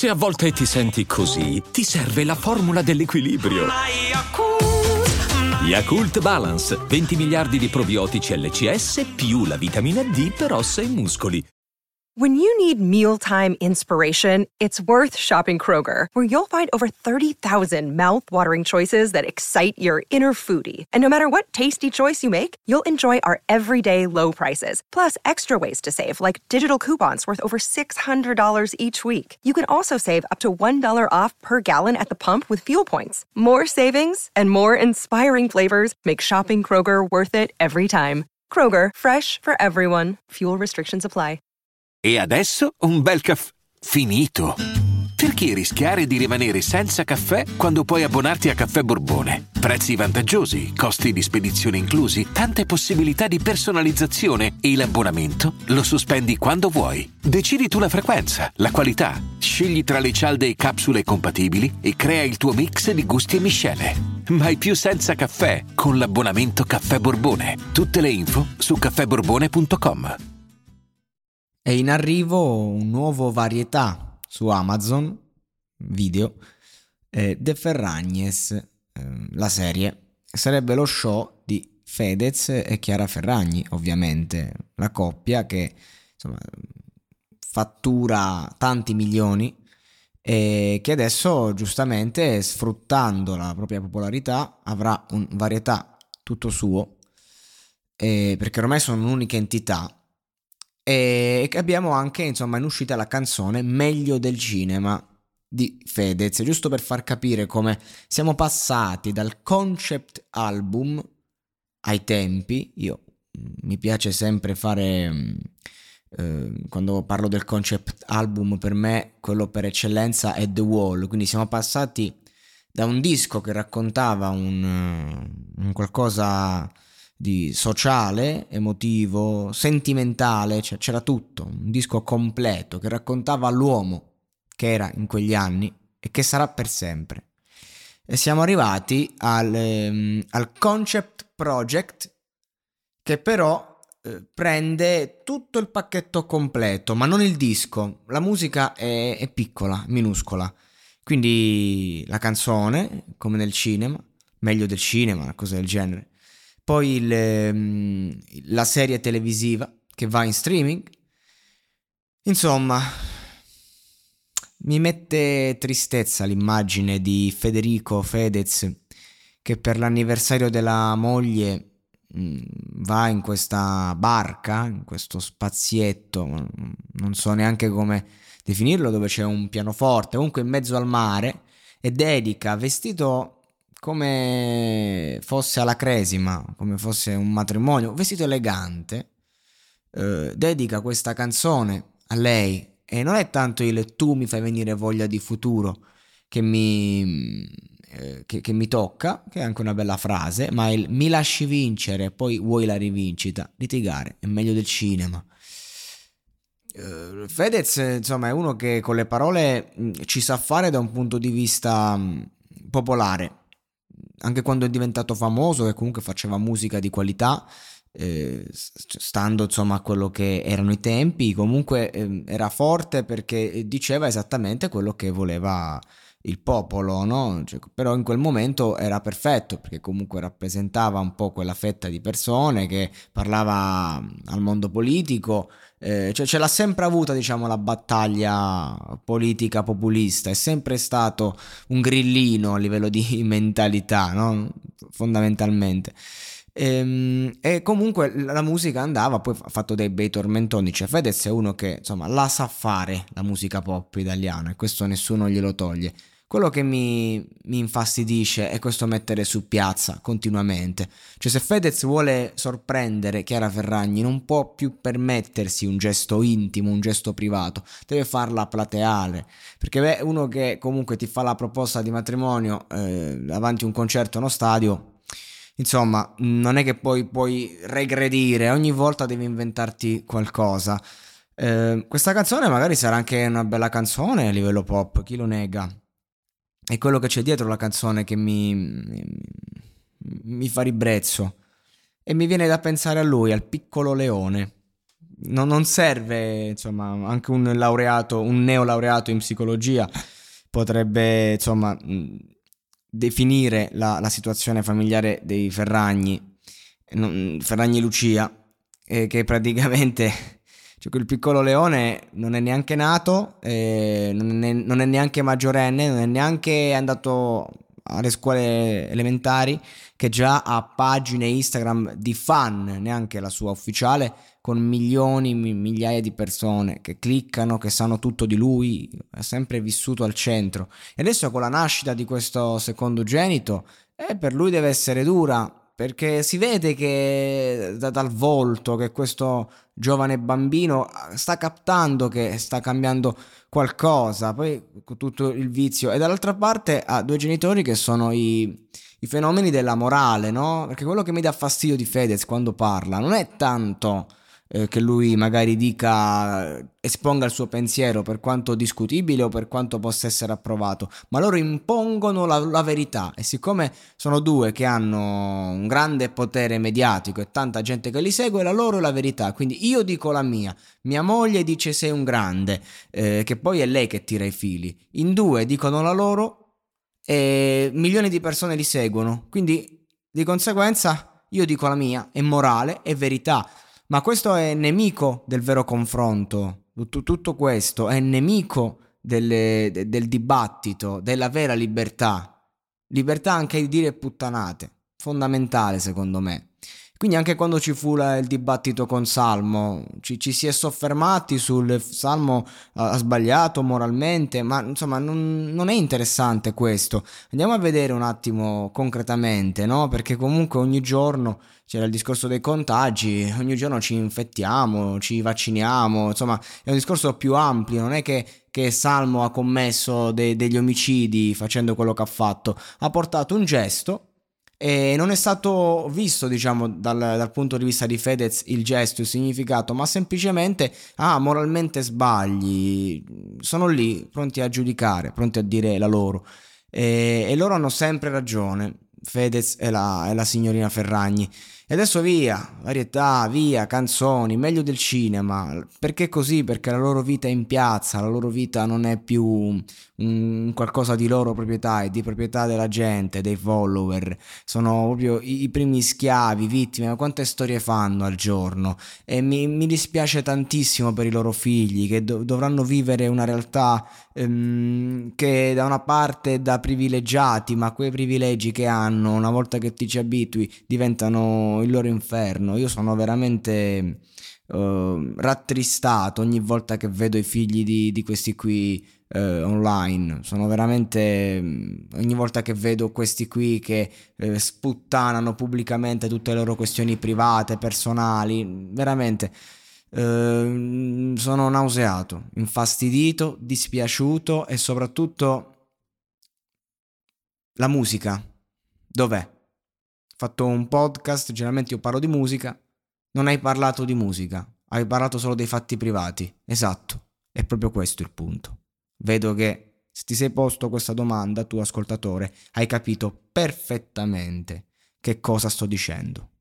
Se a volte ti senti così, ti serve la formula dell'equilibrio. Yakult Balance, 20 miliardi di probiotici LCS più la vitamina D per ossa e muscoli. When you need mealtime inspiration, it's worth shopping Kroger, where you'll find over 30,000 mouth-watering choices that excite your inner foodie. And no matter what tasty choice you make, you'll enjoy our everyday low prices, plus extra ways to save, like digital coupons worth over $600 each week. You can also save up to $1 off per gallon at the pump with fuel points. More savings and more inspiring flavors make shopping Kroger worth it every time. Kroger, fresh for everyone. Fuel restrictions apply. E adesso un bel caffè finito. Perché rischiare di rimanere senza caffè quando puoi abbonarti a Caffè Borbone? Prezzi vantaggiosi, costi di spedizione inclusi, tante possibilità di personalizzazione e l'abbonamento lo sospendi quando vuoi. Decidi tu la frequenza, la qualità, scegli tra le cialde e capsule compatibili e crea il tuo mix di gusti e miscele. Mai più senza caffè con l'abbonamento Caffè Borbone. Tutte le info su caffèborbone.com. È in arrivo un nuovo varietà su Amazon Video, De Ferragnes, la serie. Sarebbe lo show di Fedez e Chiara Ferragni, ovviamente, la coppia che insomma fattura tanti milioni e che adesso, giustamente, sfruttando la propria popolarità, avrà un varietà tutto suo, perché ormai sono un'unica entità. E che abbiamo anche, insomma, in uscita la canzone Meglio del cinema di Fedez, giusto per far capire come siamo passati dal concept album ai tempi. Mi piace sempre fare, quando parlo del concept album, per me quello per eccellenza è The Wall, quindi siamo passati da un disco che raccontava un qualcosa di sociale, emotivo, sentimentale, cioè c'era tutto, un disco completo che raccontava l'uomo che era in quegli anni e che sarà per sempre. E siamo arrivati al concept project, che però prende tutto il pacchetto completo, ma non il disco. La musica è piccola, minuscola, quindi la canzone, come nel cinema, Meglio del cinema, una cosa del genere. Poi la serie televisiva che va in streaming. Insomma, mi mette tristezza l'immagine di Federico Fedez che per l'anniversario della moglie va in questa barca, in questo spazietto, non so neanche come definirlo, dove c'è un pianoforte, comunque in mezzo al mare, e dedica, vestito come fosse alla cresima, come fosse un matrimonio, vestito elegante, dedica questa canzone a lei, e non è tanto il tu mi fai venire voglia di futuro che mi tocca, che è anche una bella frase, ma il mi lasci vincere, poi vuoi la rivincita, litigare è meglio del cinema. Fedez, insomma, è uno che con le parole ci sa fare da un punto di vista popolare. Anche quando è diventato famoso, che comunque faceva musica di qualità, stando insomma a quello che erano i tempi, comunque era forte perché diceva esattamente quello che voleva il popolo, no? Cioè, però in quel momento era perfetto, perché comunque rappresentava un po' quella fetta di persone che parlava al mondo politico, cioè ce l'ha sempre avuta, diciamo, la battaglia politica populista, è sempre stato un grillino a livello di mentalità, no? Fondamentalmente. E comunque la musica andava, poi ha fatto dei bei tormentoni. Cioè Fedez è uno che insomma la sa fare, la musica pop italiana, e questo nessuno glielo toglie. Quello che mi infastidisce è questo mettere su piazza continuamente. Cioè se Fedez vuole sorprendere Chiara Ferragni non può più permettersi un gesto intimo, un gesto privato, deve farla plateale, perché uno che comunque ti fa la proposta di matrimonio davanti a un concerto, uno stadio, insomma non è che poi puoi regredire, ogni volta devi inventarti qualcosa. Questa canzone magari sarà anche una bella canzone a livello pop, chi lo nega? È quello che c'è dietro la canzone che mi fa ribrezzo, e mi viene da pensare a lui, al piccolo leone. non serve, insomma, anche un neolaureato in psicologia potrebbe, insomma, definire la situazione familiare dei Ferragni, Ferragni Lucia, che praticamente, cioè, quel piccolo Leone non è neanche nato, non è neanche maggiorenne, non è neanche andato alle scuole elementari, che già ha pagine Instagram di fan, neanche la sua ufficiale, con milioni, migliaia di persone che cliccano, che sanno tutto di lui, ha sempre vissuto al centro. E adesso con la nascita di questo secondogenito, per lui deve essere dura, perché si vede che dal volto che questo giovane bambino sta captando che sta cambiando qualcosa, poi con tutto il vizio, e dall'altra parte ha due genitori che sono i fenomeni della morale, no? Perché quello che mi dà fastidio di Fedez quando parla non è tanto che lui magari esponga il suo pensiero, per quanto discutibile o per quanto possa essere approvato, ma loro impongono la verità, e siccome sono due che hanno un grande potere mediatico e tanta gente che li segue, la loro è la verità, quindi io dico la mia moglie dice sei un grande, che poi è lei che tira i fili, in due dicono la loro e milioni di persone li seguono, quindi di conseguenza io dico la mia, è morale, è verità. Ma questo è nemico del vero confronto, tutto questo è nemico del dibattito, della vera libertà anche di dire puttanate, fondamentale secondo me. Quindi anche quando ci fu il dibattito con Salmo, ci si è soffermati sul Salmo ha sbagliato moralmente, ma insomma non è interessante questo. Andiamo a vedere un attimo concretamente, no? Perché comunque ogni giorno c'era il discorso dei contagi, ogni giorno ci infettiamo, ci vacciniamo, insomma è un discorso più ampio, non è che Salmo ha commesso degli omicidi facendo quello che ha fatto, ha portato un gesto e non è stato visto, diciamo, dal punto di vista di Fedez il gesto, il significato, ma semplicemente moralmente sbagli, sono lì pronti a giudicare, pronti a dire la loro, e loro hanno sempre ragione, Fedez e la signorina Ferragni. E adesso via, varietà, via, canzoni, meglio del cinema. Perché così? Perché la loro vita è in piazza, la loro vita non è più un qualcosa di loro proprietà, è di proprietà della gente, dei follower. Sono proprio i primi schiavi, vittime, ma quante storie fanno al giorno? E mi dispiace tantissimo per i loro figli che dovranno vivere una realtà che da una parte è da privilegiati, ma quei privilegi che hanno, una volta che ti ci abitui, diventano il loro inferno. Io sono veramente rattristato ogni volta che vedo i figli di questi qui online. Sono veramente ogni volta che vedo questi qui che sputtanano pubblicamente tutte le loro questioni private, personali, veramente sono nauseato, infastidito, dispiaciuto, e soprattutto la musica dov'è? Ho fatto un podcast, generalmente io parlo di musica, non hai parlato di musica, hai parlato solo dei fatti privati. Esatto, è proprio questo il punto. Vedo che se ti sei posto questa domanda, tu ascoltatore, hai capito perfettamente che cosa sto dicendo.